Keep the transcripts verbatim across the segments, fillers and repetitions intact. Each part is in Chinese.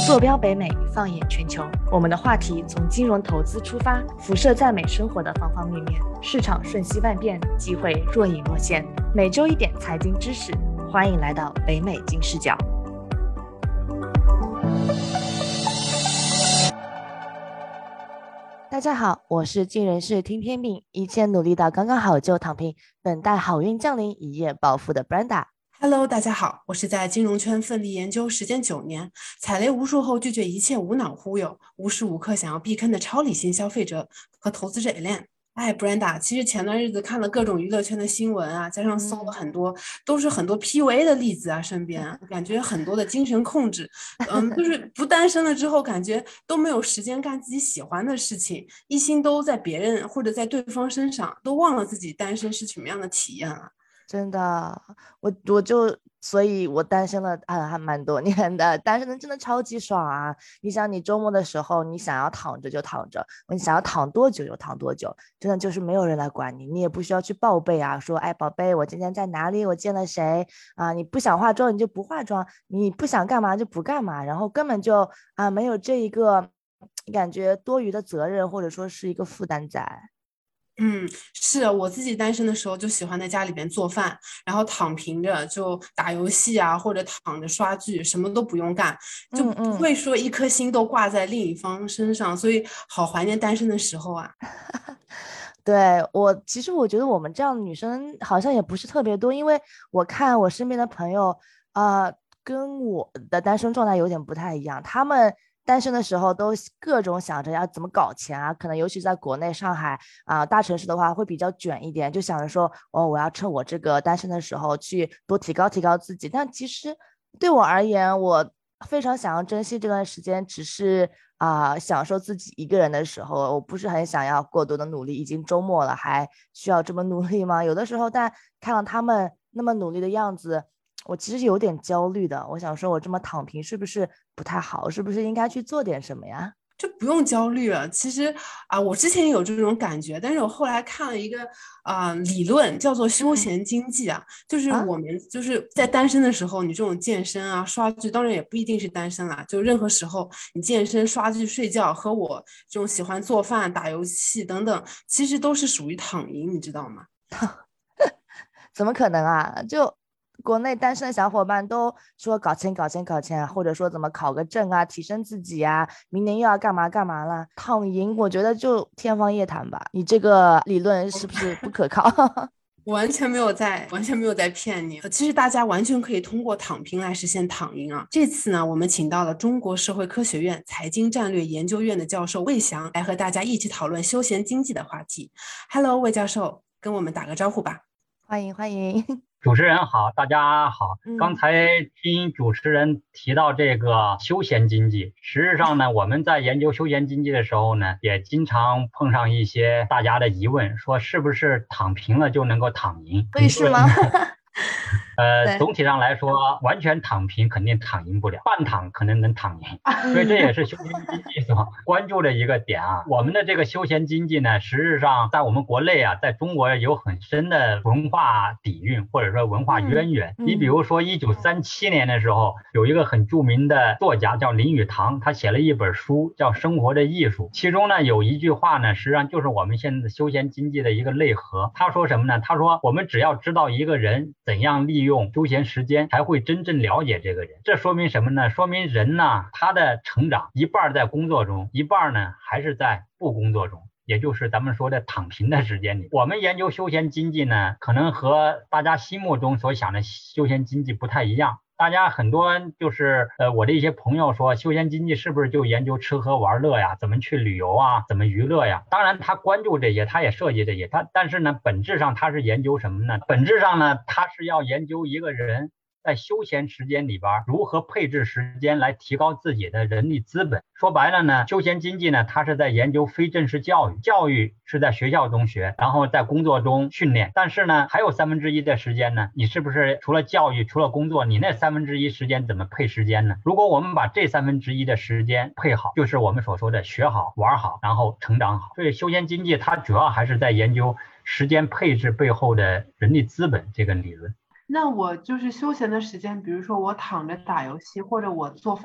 坐标北美，放眼全球，我们的话题从金融投资出发，辐射在美生活的方方面面。市场瞬息万变，机会若隐若现。每周一点财经知识，欢迎来到北美金视角。大家好，我是尽人事听天命，一切努力到刚刚好就躺平，等待好运降临，一夜暴富的 Brenda。Hello， 大家好，我是在金融圈奋力研究时间九年，踩雷无数后拒绝一切无脑忽悠，无时无刻想要避坑的超理性消费者和投资者 Elaine。哎 ，Brenda， 其实前段日子看了各种娱乐圈的新闻啊，加上搜了很多，嗯、都是很多 P U A 的例子啊，身边感觉很多的精神控制，嗯，就是不单身了之后，感觉都没有时间干自己喜欢的事情，一心都在别人或者在对方身上，都忘了自己单身是什么样的体验了。 真的，我我就所以，我单身了还还蛮多年的，单身的真的超级爽啊！你想，你周末的时候，你想要躺着就躺着，你想要躺多久就躺多久，真的就是没有人来管你，你也不需要去报备啊，说哎宝贝，我今天在哪里，我见了谁啊？你不想化妆你就不化妆，你不想干嘛就不干嘛，然后根本就啊没有这一个感觉多余的责任或者说是一个负担在。 嗯，是我自己单身的时候就喜欢在家里边做饭，然后躺平着就打游戏啊，或者躺着刷剧，什么都不用干，就不会说一颗心都挂在另一方身上，所以好怀念单身的时候啊。 对，我其实我觉得我们这样的女生好像也不是特别多，因为我看我身边的朋友啊、呃，跟我的单身状态有点不太一样，他们单身的时候都各种想着要怎么搞钱啊，可能尤其在国内上海啊、呃、大城市的话会比较卷一点，就想着说哦，我要趁我这个单身的时候去多提高提高自己。但其实对我而言，我非常想要珍惜这段时间，只是啊、呃、享受自己一个人的时候，我不是很想要过多的努力。已经周末了，还需要这么努力吗？有的时候，但看到他们那么努力的样子，我其实有点焦虑的。我想说，我这么躺平是不是不太好？是不是应该去做点什么呀？ 就不用焦虑了。其实啊，我之前有这种感觉，但是我后来看了一个啊、呃、理论，叫做休闲经济啊，就是啊， 我们就是在单身的时候，你这种健身啊、刷剧，当然也不一定是单身啦，就任何时候你健身、刷剧、睡觉，和我这种喜欢做饭、打游戏等等，其实都是属于躺赢，你知道吗？ 怎么可能啊？就国内单身的小伙伴都说搞钱搞钱搞钱啊，或者说怎么考个证啊，提升自己啊，明年又要干嘛干嘛了。躺赢，我觉得就天方夜谭吧。你这个理论是不是不可靠？ 完全没有在，完全没有在骗你。其实大家完全可以通过躺平来实现躺赢啊。这次呢，我们请到了中国社会科学院财经战略研究院的教授魏翔来和大家一起讨论休闲经济的话题。Hello，魏教授，跟我们打个招呼吧。 欢迎欢迎。 主持人好，大家好。 嗯、 刚才听主持人提到这个休闲经济，实际上呢，我们在研究休闲经济的时候呢，也经常碰上一些大家的疑问，说是不是躺平了就能够躺赢？ 所以是吗？ 呃，总体上来说，完全躺平肯定躺赢不了，半躺可能能躺赢，所以这也是休闲经济所关注的一个点啊。我们的这个休闲经济呢，实质上在我们国内啊，在中国有很深的文化底蕴或者说文化渊源。 嗯、 你比如说，一九三七年的时候，有一个很著名的作家叫林语堂，他写了一本书叫《生活的艺术》，其中呢有一句话呢，实际上就是我们现在的休闲经济的一个内核。他说什么呢？他说我们只要知道一个人怎样利用休闲时间，才会真正了解这个人。这说明什么呢？说明人呢，他的成长一半在工作中，一半呢还是在不工作中，也就是咱们说的躺平的时间里。我们研究休闲经济呢，可能和大家心目中所想的休闲经济不太一样。大家很多就是呃，我的一些朋友说，休闲经济是不是就研究吃喝玩乐呀，怎么去旅游啊，怎么娱乐呀？当然他关注这些，他也涉及这些，他但是呢，本质上他是研究什么呢？本质上呢，他是要研究一个人在休闲时间里边如何配置时间来提高自己的人力资本。说白了呢，休闲经济呢，它是在研究非正式教育，教育是在学校中学，然后在工作中训练，但是呢，还有三分之一的时间呢，你是不是除了教育，除了工作，你那三分之一时间怎么配时间呢？如果我们把这三分之一的时间配好，就是我们所说的学好、玩好，然后成长好。所以休闲经济它主要还是在研究时间配置背后的人力资本这个理论。 那我就是休闲的时间，比如说我躺着打游戏或者我做饭，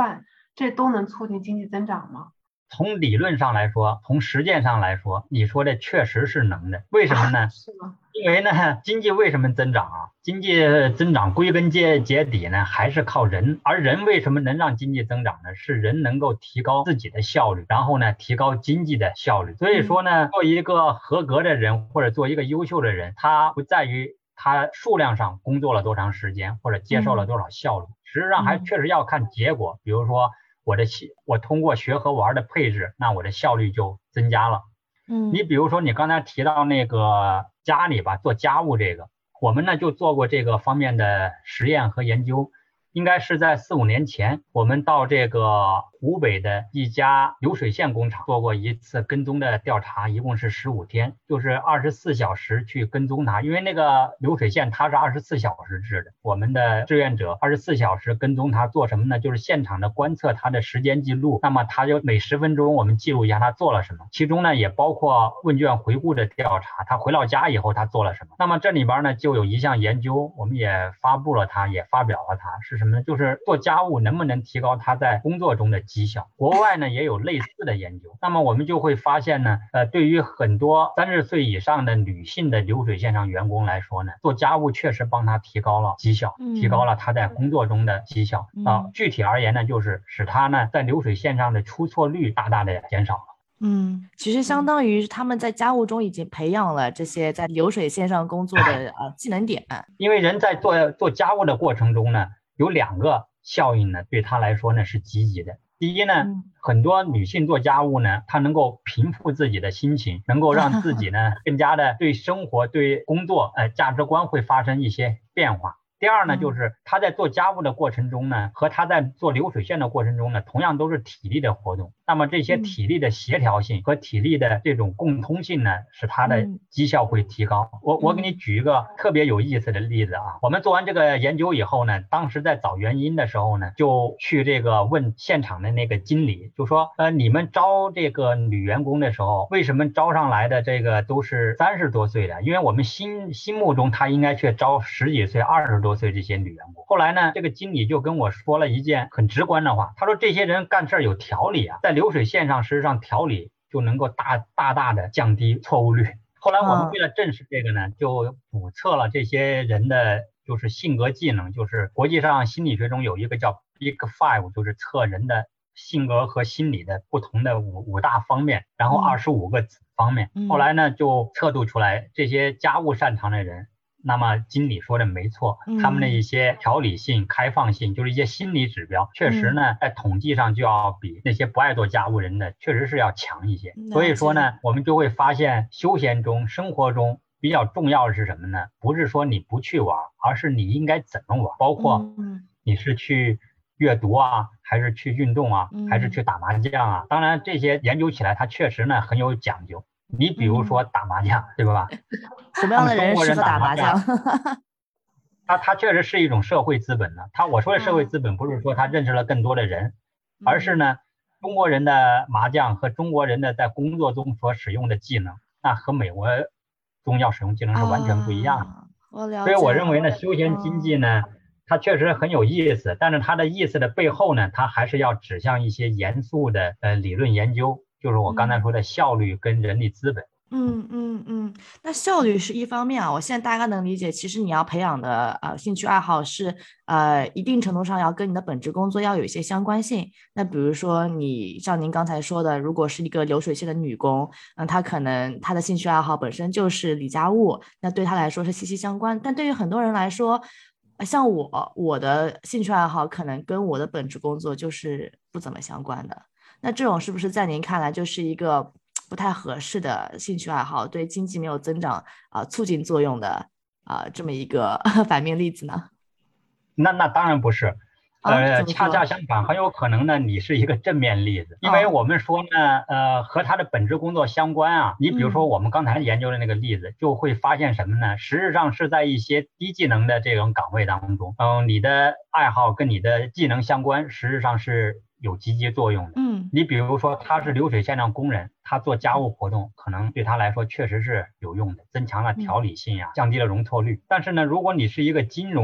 这都能促进经济增长吗？ 从理论上来说，从实践上来说，你说的确实是能的。为什么呢？ 是吗？ 因为呢，经济为什么增长啊？经济增长归根结结底呢，还是靠人。而人为什么能让经济增长呢？是人能够提高自己的效率，然后呢，提高经济的效率。所以说呢，做一个合格的人或者做一个优秀的人，他不在于他数量上工作了多长时间或者接受了多少效率，实际上还确实要看结果。比如说我的我通过学和玩的配置，那我的效率就增加了。 嗯， 你比如说你刚才提到那个家里吧，做家务这个，我们呢就做过这个方面的实验和研究。应该是在四五年前，我们到这个湖北的一家流水线工厂做过一次跟踪的调查，一共是十五天，就是二十四小时去跟踪它。因为那个流水线它是二十四小时制的，我们的志愿者二十四小时跟踪它，做什么呢？就是现场的观测它的时间记录。那么它就每十分钟我们记录一下它做了什么，其中呢也包括问卷回顾的调查，他回到家以后他做了什么。那么这里边呢就有一项研究，我们也发布了它，也发表了它，是什么呢？就是做家务能不能提高他在工作中的绩效。国外呢也有类似的研究。那么我们就会发现呢，呃，对于很多三十岁以上的女性的流水线上员工来说呢，做家务确实帮他提高了绩效，提高了他在工作中的绩效啊、呃。具体而言呢，就是使他呢在流水线上的出错率大大的减少了。 嗯，其实相当于他们在家务中已经培养了这些在流水线上工作的呃技能点。 因为人在做做家务的过程中呢，有两个效应呢，对他来说呢是积极的。第一呢，嗯、很多女性做家务呢，她能够平复自己的心情，能够让自己呢更加的对生活、对工作呃价值观会发生一些变化。第二呢，就是他在做家务的过程中呢，和他在做流水线的过程中呢，同样都是体力的活动。那么这些体力的协调性和体力的这种共通性呢，使他的绩效会提高。我我给你举一个特别有意思的例子啊，我们做完这个研究以后呢，当时在找原因的时候呢，就去这个问现场的那个经理，就说呃，你们招这个女员工的时候，为什么招上来的这个都是三十多岁的？因为我们心心目中他应该去招十几岁、二十多岁这些女员工。后来呢，这个经理就跟我说了一件很直观的话，他说这些人干事有条理啊，在流水线上实际上条理就能够大大大的降低错误率。后来我们为了证实这个呢，就补测了这些人的就是性格技能，就是国际上心理学中有一个叫 Big Five， 就是测人的性格和心理的不同的五五大方面，然后二十五个子方面。后来呢，就测度出来这些家务擅长的人。那么经理说的没错，他们的一些条理性、开放性，就是一些心理指标，确实呢，在统计上就要比那些不爱做家务人的，确实是要强一些。所以说呢，我们就会发现，休闲中、生活中比较重要的是什么呢？不是说你不去玩，而是你应该怎么玩，包括你是去阅读啊，还是去运动啊，还是去打麻将啊。当然，这些研究起来，它确实呢很有讲究。你比如说打麻将，嗯、对吧？ 什么样的人适合打麻将？ 他他确实是一种社会资本呢。他我说的社会资本不是说他认识了更多的人，嗯、而是呢，中国人的麻将和中国人的在工作中所使用的技能，那和美国中要使用技能是完全不一样的。啊、 我了解。 所以我认为呢，休闲经济呢，嗯、它确实很有意思，但是它的意思的背后呢，它还是要指向一些严肃的呃理论研究。就是我刚才说的效率跟人力资本。 嗯嗯嗯，那效率是一方面啊，我现在大概能理解，其实你要培养的呃兴趣爱好是呃一定程度上要跟你的本职工作要有一些相关性。那比如说你像您刚才说的，如果是一个流水线的女工，那她可能她的兴趣爱好本身就是理家务，那对她来说是息息相关。但对于很多人来说，像我我的兴趣爱好可能跟我的本职工作就是不怎么相关的。那这种是不是在您看来就是一个不太合适的兴趣爱好，对经济没有增长啊、呃、促进作用的啊、呃、这么一个反面例子呢？ 那那当然不是，呃，恰恰相反，很有可能呢，你是一个正面例子，因为我们说呢，呃，和他的本职工作相关啊。你比如说我们刚才研究的那个例子，嗯、就会发现什么呢？实质上是在一些低技能的这种岗位当中，嗯，你的爱好跟你的技能相关，实质上是有积极作用的。嗯，你比如说他是流水线上工人，他做家务活动可能对他来说确实是有用的，增强了条理性呀、啊，降低了容错率。但是呢，如果你是一个金融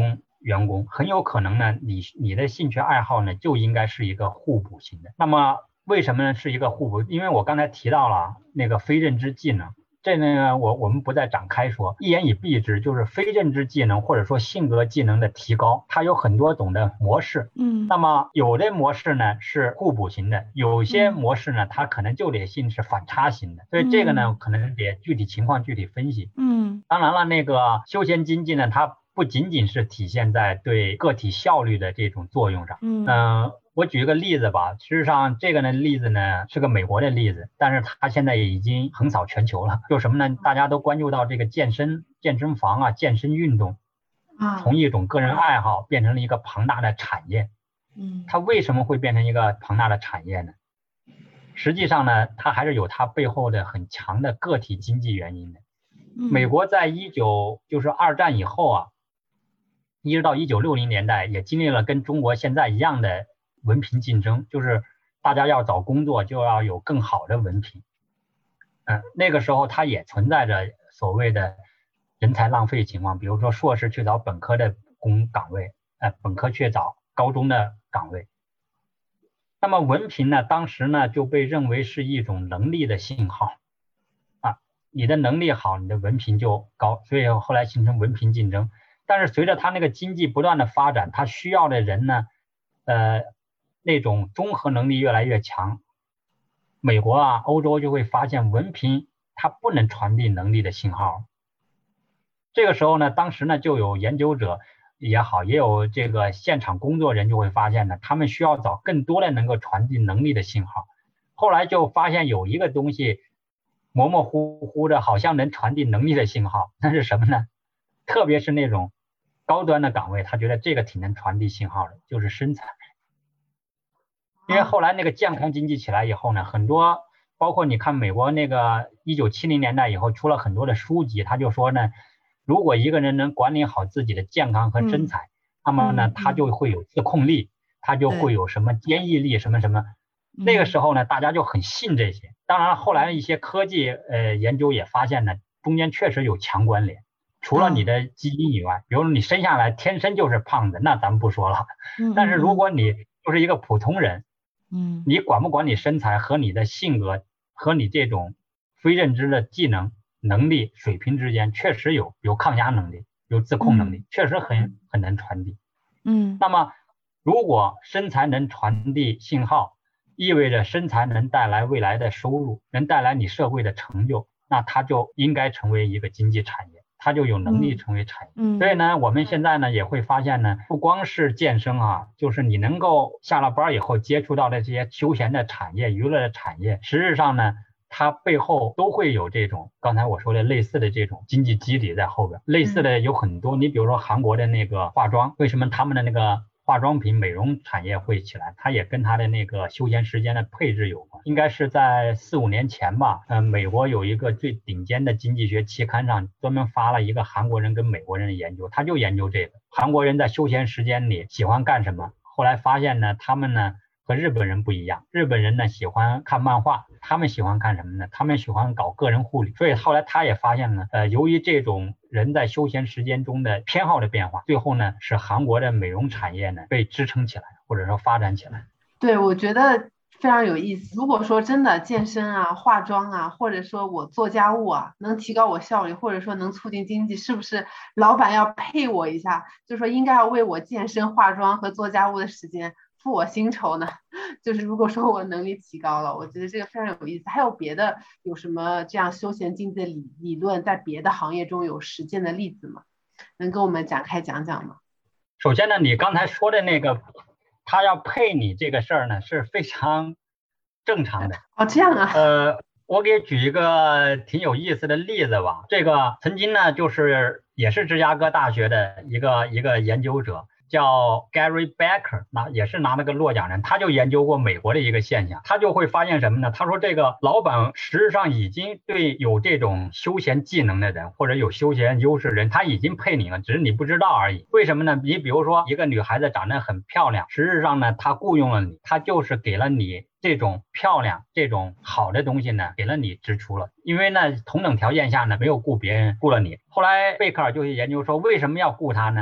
员工，很有可能呢，你你的兴趣爱好呢就应该是一个互补型的。那么为什么呢是一个互补？因为我刚才提到了那个非认知技能，这呢我我们不再展开说，一言以蔽之，就是非认知技能或者说性格技能的提高，它有很多种的模式。 嗯， 那么有的模式呢是互补型的，有些模式呢它可能就得性是反差型的，所以这个呢可能得具体情况具体分析。 嗯， 当然了，那个休闲经济呢，它不仅仅是体现在对个体效率的这种作用上。 嗯、 呃我举一个例子吧，事实上这个呢例子呢是个美国的例子，但是它现在也已经横扫全球了。就什么呢？大家都关注到这个健身健身房啊，健身运动从一种个人爱好变成了一个庞大的产业。 嗯， 它为什么会变成一个庞大的产业呢？实际上呢，它还是有它背后的很强的个体经济原因的。美国在一九就是二战以后啊，一直到一九六零年代，也经历了跟中国现在一样的文凭竞争，就是大家要找工作就要有更好的文凭。嗯，那个时候它也存在着所谓的人才浪费情况，比如说硕士去找本科的工岗位，呃，本科去找高中的岗位。那么文凭呢，当时呢就被认为是一种能力的信号。你的能力好，你的文凭就高，所以后来形成文凭竞争。但是随着它那个经济不断的发展，它需要的人呢，呃，那种综合能力越来越强。美国啊、欧洲就会发现文凭它不能传递能力的信号。这个时候呢，当时呢就有研究者也好，也有这个现场工作人就会发现呢，他们需要找更多的能够传递能力的信号。后来就发现有一个东西模模糊糊的，好像能传递能力的信号，那是什么呢？特别是那种高端的岗位，他觉得这个挺能传递信号的，就是身材。因为后来那个健康经济起来以后呢，很多包括你看美国那个一九七零年代以后出了很多的书籍，他就说呢，如果一个人能管理好自己的健康和身材，嗯、那么呢，他就会有自控力，他就会有什么坚毅力，什么什么。那个时候呢，大家就很信这些。当然后来一些科技呃研究也发现呢，中间确实有强关联。除了你的基因以外，比如你生下来天生就是胖子，那咱们不说了。但是如果你就是一个普通人， 嗯， 你管不管你身材和你的性格和你这种非认知的技能能力水平之间确实有有抗压能力，有自控能力，确实很很难传递。 嗯， 那么如果身材能传递信号，意味着身材能带来未来的收入，能带来你社会的成就，那它就应该成为一个经济产业，它就有能力成为产业。 嗯， 所以呢，我们现在呢也会发现呢，不光是健身啊，就是你能够下了班以后接触到的这些休闲的产业、娱乐的产业，实质上呢，它背后都会有这种刚才我说的类似的这种经济基底在后边。类似的有很多，你比如说韩国的那个化妆，为什么他们的那个化妆品美容产业会起来，它也跟它的那个休闲时间的配置有关。应该是在四五年前吧，呃，美国有一个最顶尖的经济学期刊上专门发了一个韩国人跟美国人的研究，他就研究这个韩国人在休闲时间里喜欢干什么。后来发现呢，他们呢和日本人不一样，日本人呢喜欢看漫画，他们喜欢看什么呢？他们喜欢搞个人护理。所以后来他也发现呢，呃，由于这种人在休闲时间中的偏好的变化，最后呢使韩国的美容产业呢被支撑起来，或者说发展起来。 对，我觉得非常有意思。如果说真的健身啊、化妆啊，或者说我做家务啊，能提高我效率，或者说能促进经济，是不是老板要配我一下？就说应该要为我健身、化妆和做家务的时间付我薪酬呢？就是如果说我能力提高了，我觉得这个非常有意思。还有别的有什么这样休闲经济的理理论，在别的行业中有实践的例子吗？能跟我们展开讲讲吗？ 首先呢，你刚才说的那个他要配你这个事儿呢是非常正常的。 哦，这样啊。 呃，我给举一个挺有意思的例子吧。这个曾经呢，就是也是芝加哥大学的一个一个研究者，叫 Gary Becker， 那也是拿了个诺奖人，他就研究过美国的一个现象，他就会发现什么呢？他说这个老板实际上已经对有这种休闲技能的人或者有休闲优势的人，他已经配你了，只是你不知道而已。为什么呢？你比如说一个女孩子长得很漂亮，实质上呢，他雇佣了你，他就是给了你这种漂亮这种好的东西呢，给了你支出了。因为呢，同等条件下呢，没有雇别人，雇了你。后来贝克尔就去研究说，为什么要雇他呢？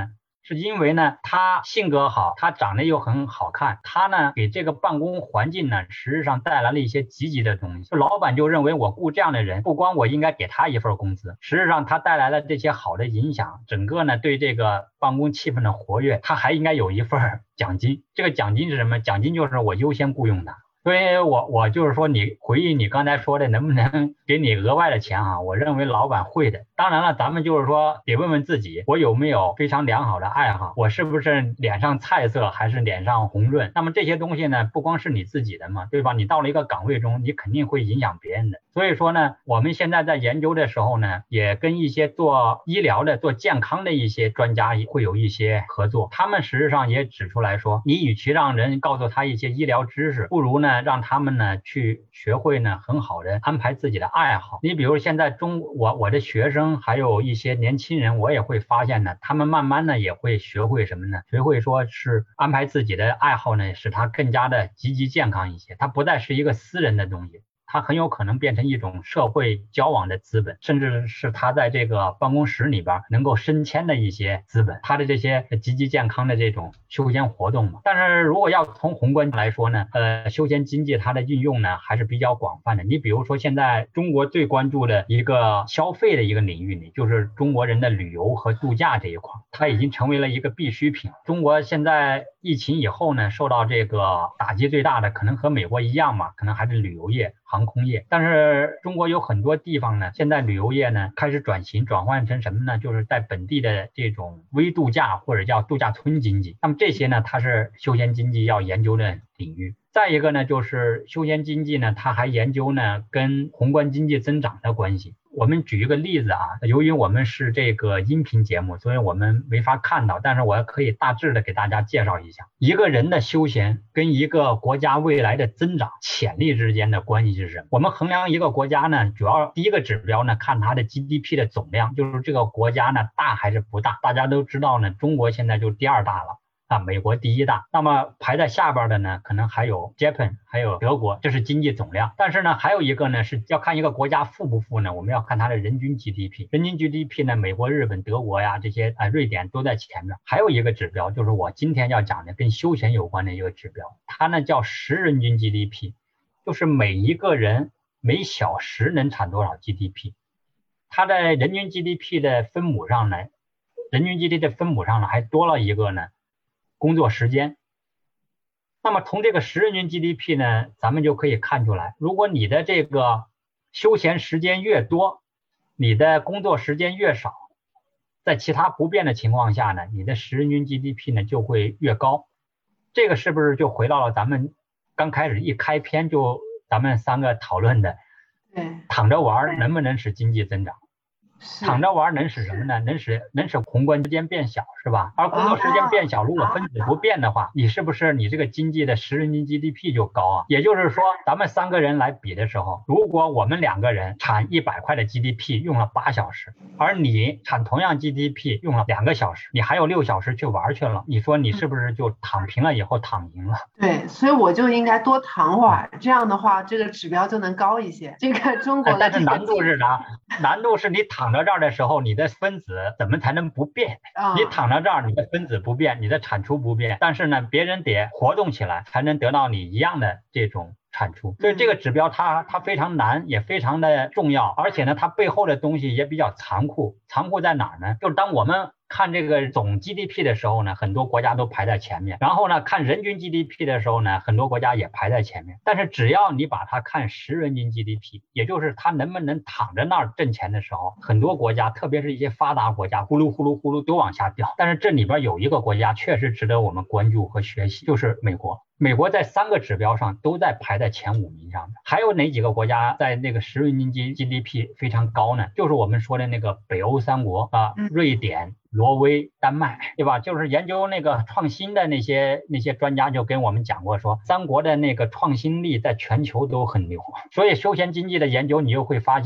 是因为呢他性格好，他长得又很好看，他呢给这个办公环境呢实际上带来了一些积极的东西。就老板就认为我雇这样的人，不光我应该给他一份工资，实际上他带来了这些好的影响，整个呢对这个办公气氛的活跃，他还应该有一份奖金。这个奖金是什么？奖金就是我优先雇佣他。所以我我就是说，你回忆你刚才说的能不能给你额外的钱啊？我认为老板会的。当然了，咱们就是说得问问自己，我有没有非常良好的爱好，我是不是脸上菜色还是脸上红润。那么这些东西呢，不光是你自己的嘛，对吧？你到了一个岗位中，你肯定会影响别人的。所以说呢，我们现在在研究的时候呢，也跟一些做医疗的、做健康的一些专家会有一些合作。他们实际上也指出来说，你与其让人告诉他一些医疗知识，不如呢让他们呢去学会呢很好的安排自己的爱好。你比如现在中我我的学生还有一些年轻人，我也会发现呢，他们慢慢呢也会学会什么呢？学会说是安排自己的爱好呢，使他更加的积极健康一些。它不再是一个私人的东西，它很有可能变成一种社会交往的资本，甚至是他在这个办公室里边能够升迁的一些资本，他的这些积极健康的这种休闲活动嘛。但是如果要从宏观来说呢，呃，休闲经济它的运用呢还是比较广泛的。你比如说现在中国最关注的一个消费的一个领域里，就是中国人的旅游和度假这一块，它已经成为了一个必需品。中国现在疫情以后呢，受到这个打击最大的可能和美国一样嘛，可能还是旅游业、航空业。但是中国有很多地方呢，现在旅游业呢开始转型，转换成什么呢？就是在本地的这种微度假或者叫度假村经济。那么这些呢，它是休闲经济要研究的领域。再一个呢，就是休闲经济呢，它还研究呢跟宏观经济增长的关系。我们举一个例子啊，由于我们是这个音频节目，所以我们没法看到，但是我可以大致的给大家介绍一下，一个人的休闲跟一个国家未来的增长潜力之间的关系是什么？我们衡量一个国家呢，主要第一个指标呢，看它的 G D P 的总量，就是这个国家呢大还是不大。大家都知道呢，中国现在就第二大了。啊，美国第一大，那么排在下边的呢，可能还有 Japan， 还有德国，这是经济总量。但是呢，还有一个呢，是要看一个国家富不富呢，我们要看它的人均 G D P。人均 G D P 呢，美国、日本、德国呀这些啊、呃，瑞典都在前面。还有一个指标，就是我今天要讲的跟休闲有关的一个指标，它呢叫实人均 G D P， 就是每一个人每小时能产多少 G D P。它在人均 G D P 的分母上呢，人均 G D P 的分母上呢还多了一个呢。工作时间。那么从这个实人均 G D P 呢，咱们就可以看出来，如果你的这个休闲时间越多，你的工作时间越少，在其他不变的情况下呢，你的实人均 G D P 呢就会越高。这个是不是就回到了咱们刚开始一开篇就咱们三个讨论的，躺着玩能不能使经济增长？躺着玩能使什么呢？能使能使宏观之间变小，是吧？而工作时间变小，如果分子不变的话，你是不是你这个经济的实人均 G D P 就高啊？也就是说，咱们三个人来比的时候，如果我们两个人产一百块的 G D P 用了八小时，而你产同样 G D P 用了两个小时，你还有六小时去玩去了，你说你是不是就躺平了以后躺赢了？ 对，所以我就应该多躺会儿，这样的话这个指标就能高一些。这个中国的、 哎、但是难度是啥？难度是你躺到这儿的时候，你的分子怎么才能不变？ 嗯、 你躺到这儿，你的分子不变，你的产出不变，但是呢，别人得活动起来才能得到你一样的这种产出。所以这个指标它它非常难，也非常的重要，而且呢，它背后的东西也比较残酷。残酷在哪儿呢？就是当我们看这个总 G D P 的时候呢，很多国家都排在前面，然后呢看人均 G D P 的时候呢，很多国家也排在前面。但是只要你把它看实人均 G D P， 也就是它能不能躺着那儿挣钱的时候，很多国家特别是一些发达国家呼噜呼噜呼噜都往下掉。但是这里边有一个国家确实值得我们关注和学习，就是美国。美国在三个指标上都在排在前五名上的。还有哪几个国家在那个实人均 G D P 非常高呢？就是我们说的那个北欧三国啊，瑞典、挪威、丹麦，对吧？就是研究那个创新的那些那些专家就跟我们讲过说，三国的那个创新力在全球都很牛。所以休闲经济的研究你又会发现，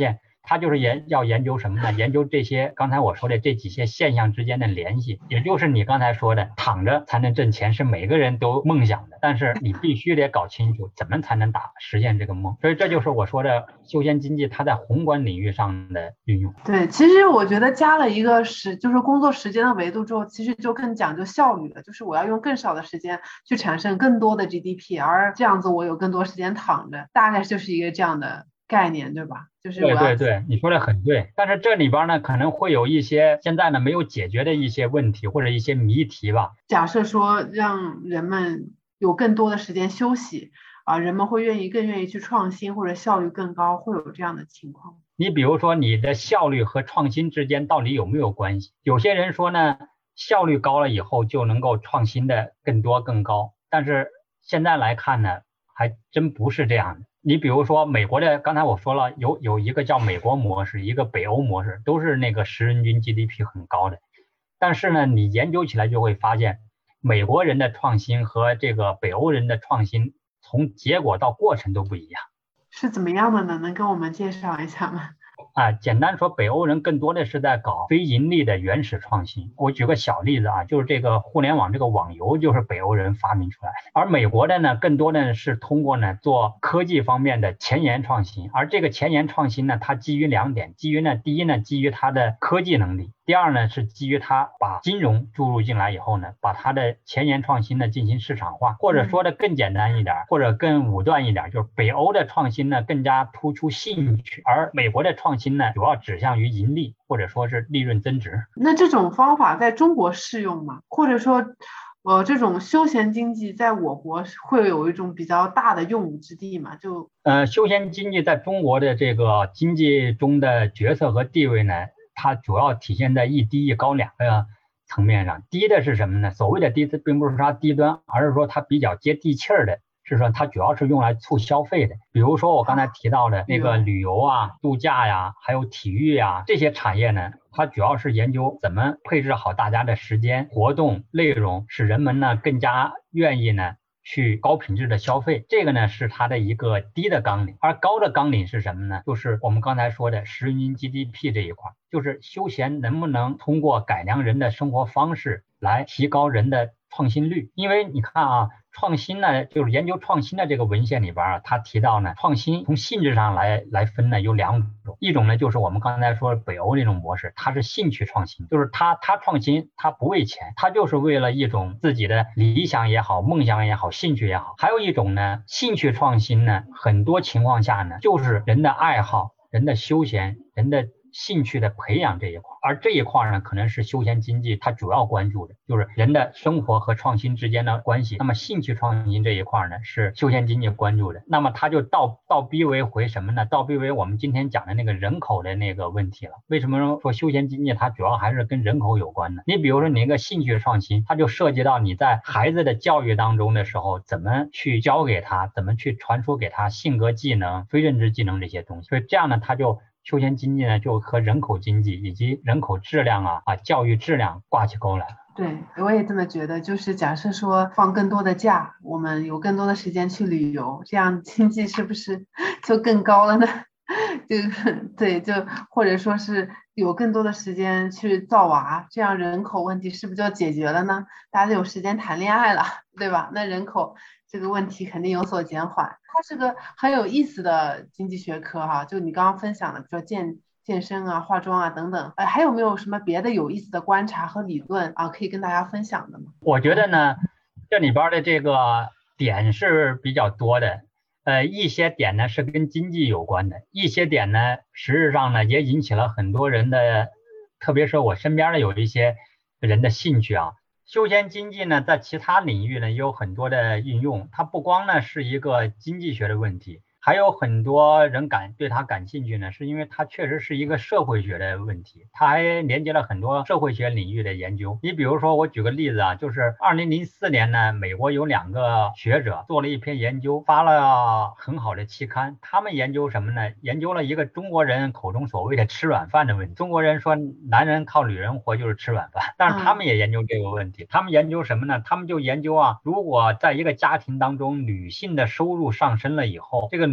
他就是研要研究什么呢？研究这些刚才我说的这几些现象之间的联系，也就是你刚才说的躺着才能挣钱是每个人都梦想的，但是你必须得搞清楚怎么才能达实现这个梦。所以这就是我说的休闲经济它在宏观领域上的运用。 对，其实我觉得加了一个时就是工作时间的维度之后，其实就更讲究效率了，就是我要用更少的时间去产生更多的 G D P， 而这样子我有更多时间躺着，大概就是一个这样的概念，对吧？就是我对对对，你说的很对。但是这里边呢，可能会有一些现在呢没有解决的一些问题或者一些谜题吧。 假设说让人们有更多的时间休息啊，人们会愿意更愿意去创新，或者效率更高，会有这样的情况。 你比如说你的效率和创新之间到底有没有关系？有些人说呢，效率高了以后就能够创新的更多更高，但是现在来看呢，还真不是这样的。你比如说美国的，刚才我说了，有有一个叫美国模式，一个北欧模式，都是那个十人均 G D P 很高的。但是呢，你研究起来就会发现，美国人的创新和这个北欧人的创新，从结果到过程都不一样。 是怎么样的呢？能跟我们介绍一下吗？ 啊，简单说，北欧人更多的是在搞非盈利的原始创新。我举个小例子啊，就是这个互联网这个网游就是北欧人发明出来的，而美国的呢，更多的是通过呢做科技方面的前沿创新，而这个前沿创新呢，它基于两点，基于呢第一呢，基于它的科技能力。第二呢，是基于它把金融注入进来以后呢，把它的前沿创新呢进行市场化，或者说的更简单一点，或者更武断一点，就是北欧的创新呢更加突出兴趣，而美国的创新呢主要指向于盈利，或者说是利润增值。 那这种方法在中国适用吗？或者说呃，这种休闲经济在我国会有一种比较大的用武之地吗？就呃，休闲经济在中国的这个经济中的角色和地位呢，它主要体现在一低一高两个层面上。低的是什么呢？所谓的低，并不是它低端，而是说它比较接地气儿的，是说它主要是用来促消费的。比如说我刚才提到的那个旅游啊、度假呀，还有体育呀这些产业呢，它主要是研究怎么配置好大家的时间、活动内容，使人们呢更加愿意呢去高品质的消费，这个呢是它的一个低的纲领。而高的纲领是什么呢？就是我们刚才说的十人均 G D P 这一块，就是休闲能不能通过改良人的生活方式来提高人的创新率。因为你看啊，创新呢，就是研究创新的这个文献里边啊，他提到呢，创新从性质上来来分呢有两种，一种呢就是我们刚才说北欧那种模式，它是兴趣创新，就是他他创新他不为钱，他就是为了一种自己的理想也好、梦想也好、兴趣也好。还有一种呢，兴趣创新呢，很多情况下呢，就是人的爱好、人的休闲、人的兴趣的培养这一块，而这一块呢，可能是休闲经济它主要关注的，就是人的生活和创新之间的关系。那么兴趣创新这一块呢，是休闲经济关注的。那么它就倒倒逼为回什么呢？倒逼为我们今天讲的那个人口的那个问题了。为什么说休闲经济它主要还是跟人口有关呢？你比如说你一个兴趣创新，它就涉及到你在孩子的教育当中的时候，怎么去教给他，怎么去传输给他性格技能、非认知技能这些东西。所以这样呢，它就休闲经济呢，就和人口经济以及人口质量啊啊教育质量挂起钩来了。 对，我也这么觉得。就是假设说放更多的假，我们有更多的时间去旅游，这样经济是不是就更高了呢？就对，就或者说是有更多的时间去造娃，这样人口问题是不是就解决了呢？大家有时间谈恋爱了，对吧？那人口这个问题肯定有所减缓。它是个很有意思的经济学科哈，就你刚刚分享的，比如说健健身啊、化妆啊等等，呃，还有没有什么别的有意思的观察和理论啊，可以跟大家分享的吗？ 我觉得呢，这里边的这个点是比较多的。呃，一些点呢是跟经济有关的，一些点呢实质上呢也引起了很多人的，特别是我身边的有一些人的兴趣啊。休闲经济呢在其他领域呢也有很多的应用，它不光呢是一个经济学的问题，还有很多人感对它感兴趣呢，是因为它确实是一个社会学的问题，它还连接了很多社会学领域的研究。你比如说，我举个例子啊，就是二零零四年呢，美国有两个学者做了一篇研究，发了很好的期刊。他们研究什么呢？研究了一个中国人口中所谓的吃软饭的问题。中国人说男人靠女人活就是吃软饭，但是他们也研究这个问题。他们研究什么呢？他们就研究啊，如果在一个家庭当中女性的收入上升了以后，这个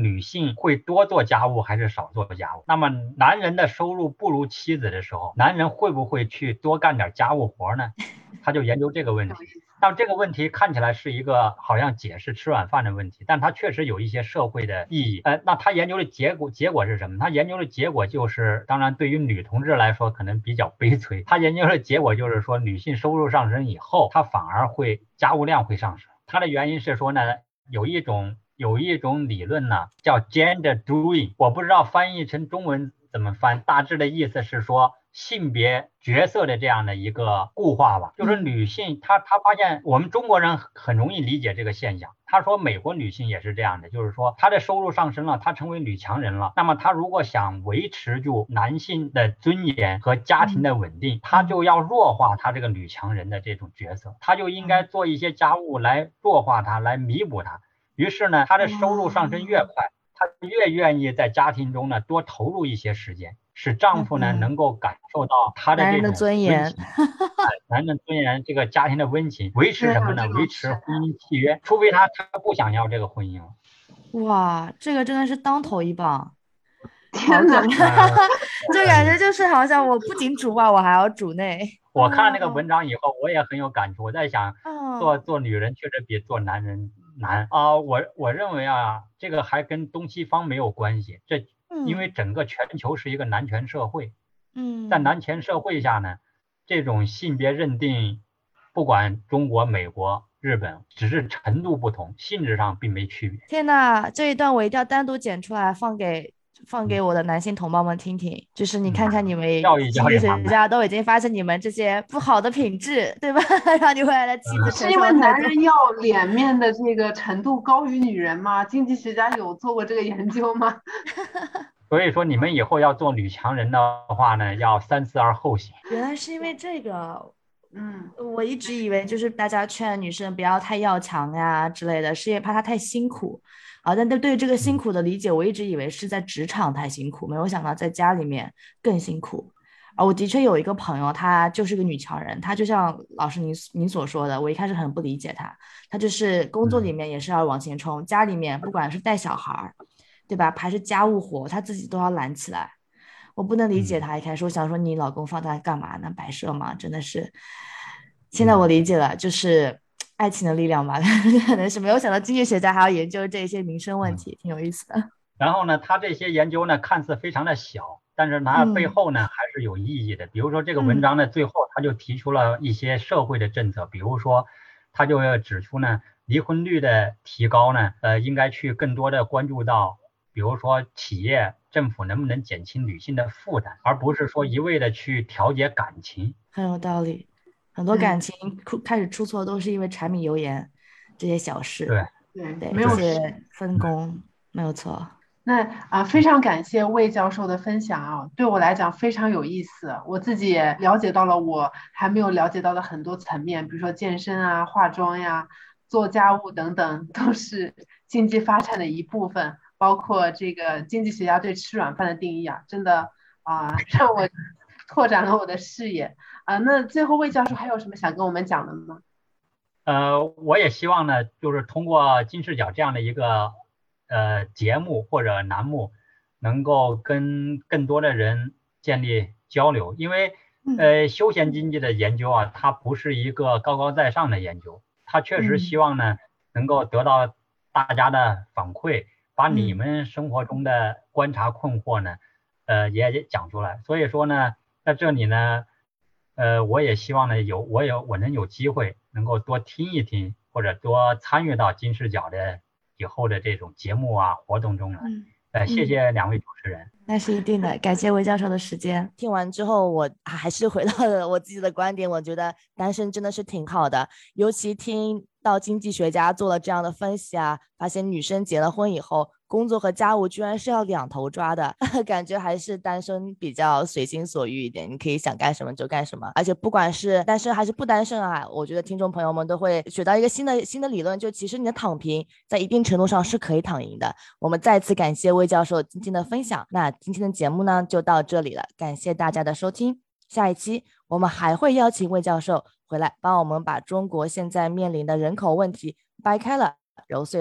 女性会多做家务还是少做家务？那么男人的收入不如妻子的时候，男人会不会去多干点家务活呢？他就研究这个问题。但这个问题看起来是一个好像解释吃软饭的问题，但它确实有一些社会的意义。呃，那他研究的结果结果是什么？他研究的结果就是，当然对于女同志来说可能比较悲催。他研究的结果就是说，女性收入上升以后，她反而会家务量会上升。它的原因是说呢，有一种有一种理论呢叫 gender doing， 我不知道翻译成中文怎么翻，大致的意思是说性别角色的这样的一个固化吧，就是女性，她她发现我们中国人很容易理解这个现象。他说美国女性也是这样的，就是说她的收入上升了，她成为女强人了，那么她如果想维持住男性的尊严和家庭的稳定，她就要弱化她这个女强人的这种角色，她就应该做一些家务来弱化她，来弥补她。于是呢，她的收入上升越快，她越愿意在家庭中呢多投入一些时间，使丈夫呢能够感受到他的这种尊严， 男人尊严，这个家庭的温情，维持什么呢？维持婚姻契约，除非他他不想要这个婚姻了。 哇，这个真的是当头一棒， 天哪！ 这感觉就是好像我不仅主外，我还要主内。 我看了那个文章以后，我也很有感触。我在想，做做女人确实比做男人难啊。我我认为啊，这个还跟东西方没有关系，这因为整个全球是一个男权社会。 嗯， 在男权社会下呢，这种性别认定，不管中国、美国、日本，只是程度不同，性质上并没区别。 天哪，这一段我一定要单独剪出来放给放给我的男性同胞们听听，就是你看看你们经济学家都已经发现你们这些不好的品质，对吧？让你未来的妻子是因为男人要脸面的这个程度高于女人吗？经济学家有做过这个研究吗？ 所以说你们以后要做女强人的话呢，要三思而后行。 原来是因为这个，嗯，我一直以为就是大家劝女生不要太要强呀之类的，是因为怕她太辛苦啊。但对这个辛苦的理解，我一直以为是在职场太辛苦，没有想到在家里面更辛苦。啊，我的确有一个朋友，她就是个女强人，她就像老师您您所说的，我一开始很不理解她，她就是工作里面也是要往前冲，家里面不管是带小孩，对吧？还是家务活，她自己都要揽起来。我不能理解她一开始，我想说你老公放在干嘛呢？摆设吗？真的是。现在我理解了，就是爱情的力量吧，可能是没有想到经济学家还要研究这些民生问题，挺有意思的。 然后呢，他这些研究呢看似非常的小，但是它背后呢、嗯、还是有意义的。比如说这个文章的最后，他就提出了一些社会的政策，嗯、比如说他就要指出呢，离婚率的提高呢，呃，应该去更多的关注到，比如说企业、政府能不能减轻女性的负担，而不是说一味的去调节感情。 很有道理，很多感情开始出错都是因为柴米油盐这些小事。 对对对， 没有分工，没有错。 那啊，非常感谢魏教授的分享啊，对我来讲非常有意思，我自己也了解到了我还没有了解到的很多层面，比如说健身啊、化妆呀、做家务等等，都是经济发展的一部分，包括这个经济学家对吃软饭的定义啊，真的啊，让我拓展了我的视野啊。那最后魏教授还有什么想跟我们讲的吗？ 呃，我也希望呢，就是通过金视角这样的一个呃节目或者栏目，能够跟更多的人建立交流，因为呃休闲经济的研究啊，它不是一个高高在上的研究，它确实希望呢能够得到大家的反馈，把你们生活中的观察困惑呢，呃也讲出来。所以说呢，在这里呢，呃我也希望呢有我有我能有机会能够多听一听，或者多参与到金视角的以后的这种节目啊活动中来。嗯、呃，谢谢两位主持人。 那是一定的，感谢魏教授的时间。听完之后，我还是回到了我自己的观点，我觉得单身真的是挺好的，尤其听到经济学家做了这样的分析啊，发现女生结了婚以后，工作和家务居然是要两头抓的，感觉还是单身比较随心所欲一点，你可以想干什么就干什么。而且不管是单身还是不单身啊，我觉得听众朋友们都会学到一个新的新的理论，就其实你的躺平在一定程度上是可以躺赢的。我们再次感谢魏教授今天的分享，那今天的节目呢就到这里了，感谢大家的收听。下一期我们还会邀请魏教授回来帮我们把中国现在面临的人口问题掰开了揉碎了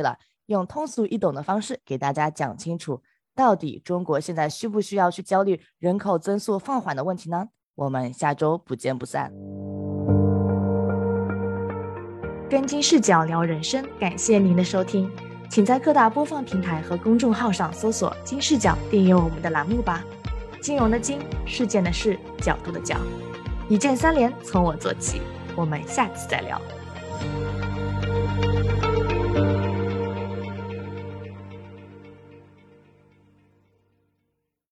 用通俗易懂的方式给大家讲清楚，到底中国现在需不需要去焦虑人口增速放缓的问题呢？我们下周不见不散。 跟金视角聊人生，感谢您的收听，请在各大播放平台和公众号上搜索金视角，订阅我们的栏目吧。金融的金，事件的事，角度的角，一键三连从我做起，我们下次再聊。